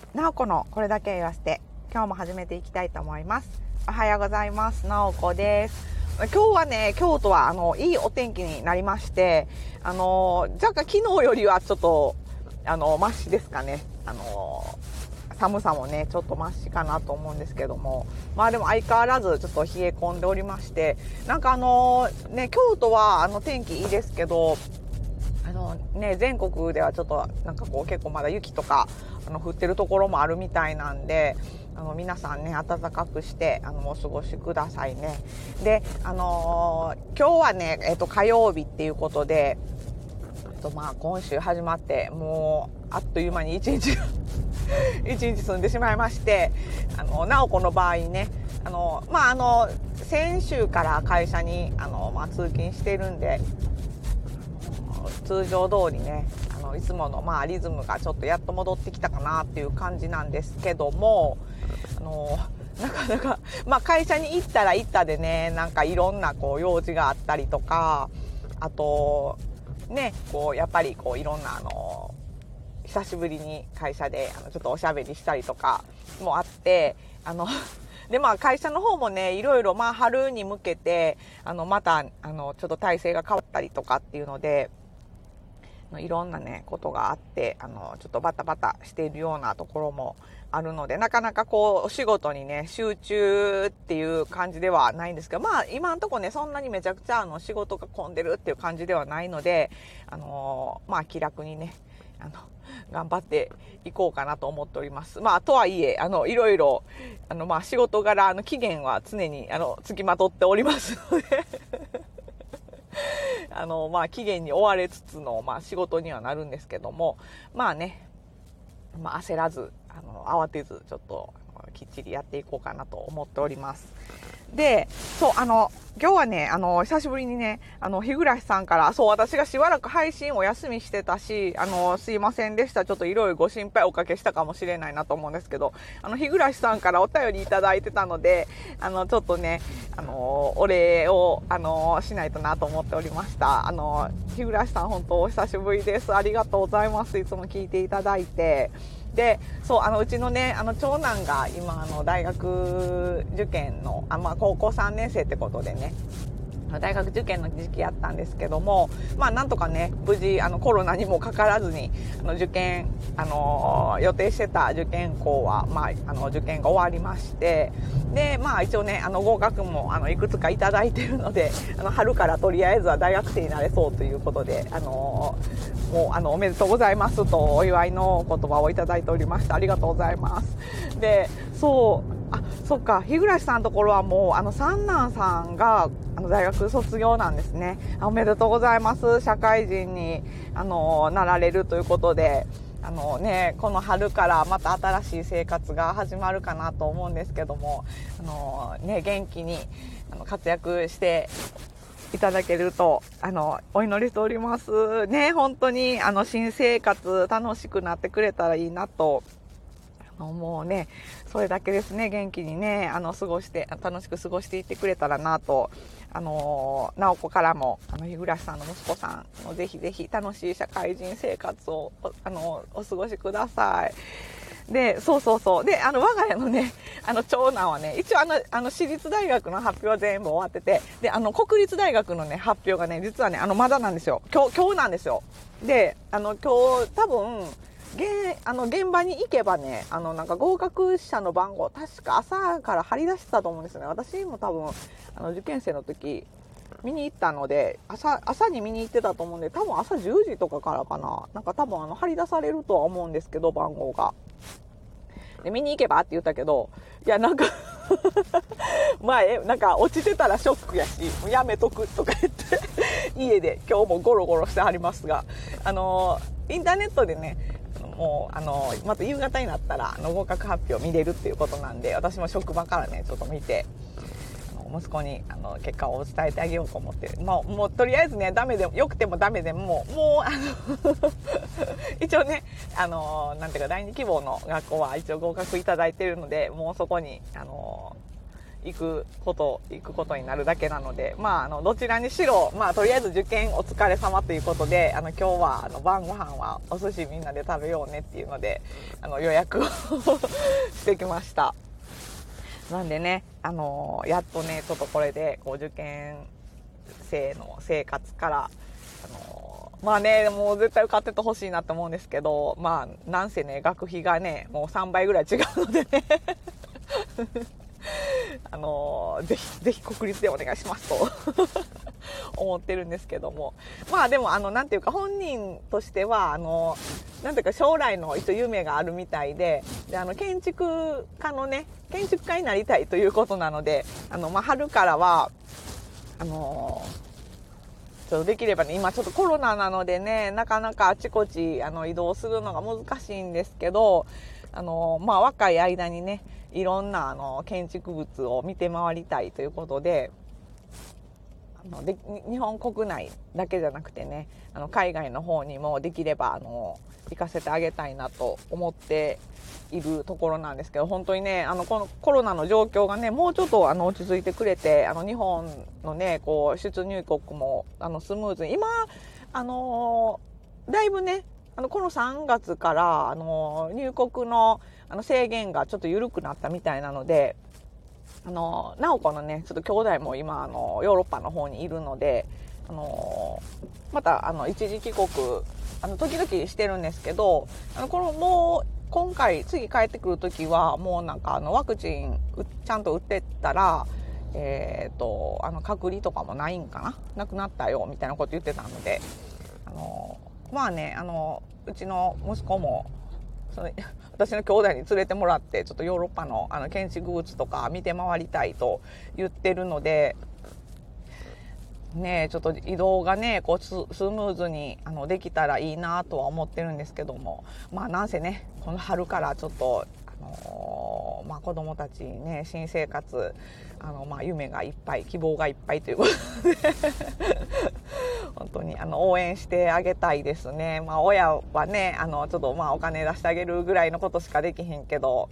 なおこのこれだけ言わせて、今日も始めていきたいと思います。おはようございます。なおこです。今日はね、京都はいいお天気になりまして、若干昨日よりはちょっとマシですかね。寒さもねちょっとマシかなと思うんですけども、まあでも相変わらずちょっと冷え込んでおりまして、なんか京都は天気いいですけど、全国ではちょっとなんかこう結構まだ雪とか降ってるところもあるみたいなんで、皆さんね暖かくしてお過ごしくださいね。で今日はね火曜日っていうことで、今週始まってもうあっという間に一日済んでしまいまして、なおこの場合ね先週から会社に通勤してるんで、通常通りねいつものリズムがちょっとやっと戻ってきたかなっていう感じなんですけども、なかなか会社に行ったら行ったでね、なんかいろんなこう用事があったりとか、あとねこうやっぱりこういろんな久しぶりに会社でちょっとおしゃべりしたりとかもあってで会社の方もねいろいろ春に向けてまたちょっと体制が変わったりとかっていうので、いろんなねことがあって、ちょっとバタバタしているようなところもあるので、なかなかこうお仕事にね集中っていう感じではないんですけど、今のところねそんなにめちゃくちゃ仕事が混んでるっていう感じではないので、気楽にね頑張っていこうかなと思っております。とはいえいろいろ仕事柄期限は常に付きまとっておりますので期限に追われつつの仕事にはなるんですけども、焦らず慌てずちょっときっちりやっていこうかなと思っております。で、そう今日はね久しぶりにね日暮さんから、私がしばらく配信お休みしてたしすいませんでした。ちょっといろいろご心配おかけしたかもしれないなと思うんですけど、日暮さんからお便りいただいてたのでちょっとねお礼をしないとなと思っておりました。日暮さん本当お久しぶりです。ありがとうございます。いつも聞いていただいて。でうちのね長男が今大学受験の高校3年生ってことでね大学受験の時期やったんですけども、なんとかね無事コロナにもかからずに受験予定してた受験校は受験が終わりまして、で一応ね合格もいくつかいただいてるので春からとりあえずは大学生になれそうということでもうおめでとうございますとお祝いの言葉をいただいておりました。ありがとうございます。でそっか、日暮さんのところはもう三男さんが大学卒業なんですね。おめでとうございます。社会人になられるということで、この春からまた新しい生活が始まるかなと思うんですけども、元気に活躍していただけるとお祈りしておりますね。本当に新生活楽しくなってくれたらいいなと。もうねそれだけですね。元気にね楽しく過ごしていってくれたらなと。直子からも日暮さんの息子さんぜひぜひ楽しい社会人生活をお過ごしください。でで我が家のね長男はね一応私立大学の発表は全部終わってて、で国立大学のね発表がね実はねまだなんですよ。今日なんですよ。で今日多分現場に行けばねなんか合格者の番号確か朝から張り出してたと思うんですよね。私も多分受験生の時見に行ったので朝に見に行ってたと思うんで、多分朝10時とかからかな、なんか多分張り出されるとは思うんですけど、番号がで見に行けばって言ったけど、いやなんかなんか落ちてたらショックやしやめとくとか言って家で今日もゴロゴロしてはりますが、インターネットでねもうまた夕方になったら合格発表見れるっていうことなんで、私も職場からねちょっと見て息子に結果を伝えてあげようと思って、もうとりあえずねダメでもよくてもダメでももう一応ねなんていうか第二希望の学校は一応合格いただいているので、もうそこに行くことになるだけなので、どちらにしろ、とりあえず受験お疲れ様ということで、今日は晩ご飯はお寿司みんなで食べようねっていうので予約をしてきました。なんでね、やっとねちょっとこれで受験生の生活からもう絶対受かっててほしいなと思うんですけど、なんせね学費がねもう3倍ぐらい違うのでねぜひ国立でお願いしますと思ってるんですけども、でもなんていうか本人としてはなんていうか将来の一応夢があるみたいで、建築家になりたいということなので、春からはできればね、今ちょっとコロナなのでね、なかなかあちこち移動するのが難しいんですけど、若い間にね、いろんな建築物を見て回りたいということで、日本国内だけじゃなくてね、海外の方にもできれば行かせてあげたいなと思っているところなんですけど、本当にねこのコロナの状況がねもうちょっと落ち着いてくれて、日本のね出入国もスムーズに今だいぶねこの3月から入国の制限がちょっと緩くなったみたいなので、直子のねちょっと兄弟も今ヨーロッパの方にいるので、また一時帰国時々してるんですけど、もう今回次帰ってくる時はもうワクチンちゃんと打ってったら隔離とかもないんかなくなったよみたいなこと言ってたので、うちの息子も私の兄弟に連れてもらってちょっとヨーロッパの建築物とか見て回りたいと言ってるのでね、ちょっと移動がねスムーズにできたらいいなとは思ってるんですけども、なんせねこの春からちょっと子供たちにね新生活夢がいっぱい希望がいっぱいということで本当に応援してあげたいですね。親はねちょっとお金出してあげるぐらいのことしかできへんけど、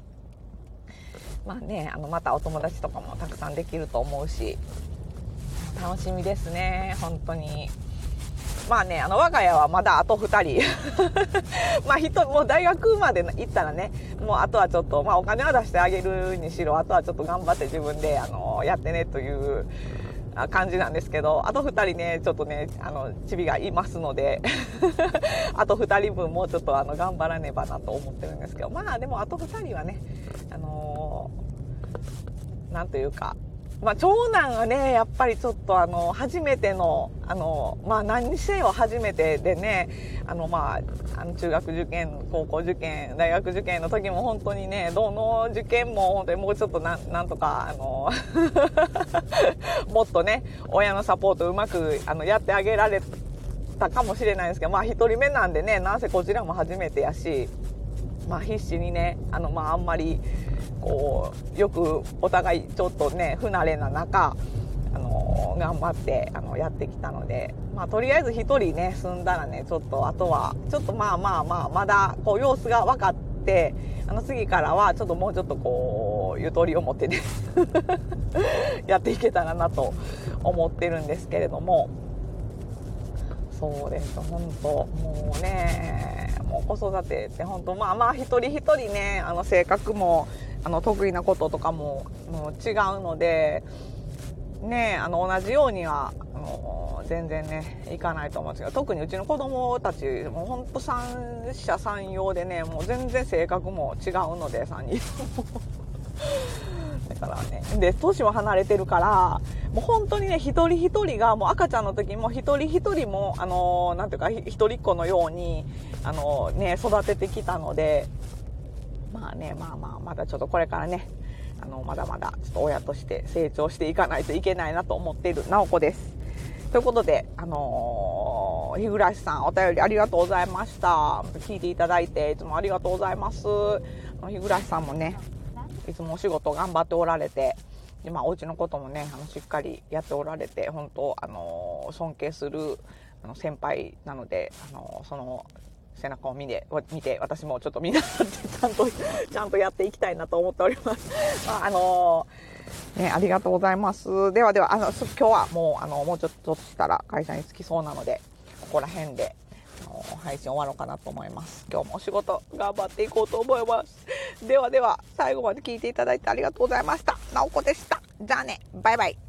またお友達とかもたくさんできると思うし楽しみですね本当に。我が家はまだあと2人もう大学まで行ったらねもうあとはちょっとお金は出してあげるにしろあとはちょっと頑張って自分でやってねという感じなんですけど、あと2人ねちょっとねチビがいますのであと2人分もうちょっと頑張らねばなと思ってるんですけど、でもあと2人はねなんというか長男はねやっぱりちょっと初めての何にせよ初めてでね中学受験高校受験大学受験の時も本当にねどの受験も本当にもうちょっとなんとかもっとね親のサポートうまくやってあげられたかもしれないんですけど、1人目なんでねなんせこちらも初めてやし、必死にねあんまりよくお互いちょっとね不慣れな中頑張ってやってきたので、とりあえず1人ね住んだらねちょっとあとはちょっとまだ様子が分かって次からはちょっともうちょっとゆとりを持ってねやっていけたらなと思ってるんですけれども、そうです本当もうねもう子育てって本当一人一人ね性格も得意なこととかも違うのでね同じようには全然ねいかないと思うんですけど、特にうちの子供たちも本当三者三様でねもう全然性格も違うので3人だからねで年も離れてるからもう本当にね一人一人がもう赤ちゃんの時も一人一人もなんていうか一人っ子のように育ててきたのでまだちょっとこれからねまだまだちょっと親として成長していかないといけないなと思っている直子です。ということで日暮さんお便りありがとうございました。聞いていただいていつもありがとうございます。日暮さんもねいつもお仕事頑張っておられてお家のこともねしっかりやっておられて本当尊敬する先輩なのでその背中を見て私もちょっと見習ってちゃんとやっていきたいなと思っております。 ね、ありがとうございます。ではでは、今日はもうちょっとしたら会社に着きそうなので、ここら辺で、配信終わろうかなと思います。今日もお仕事頑張っていこうと思います。ではでは、最後まで聞いていただいてありがとうございました。なおこでした。じゃあね、バイバイ。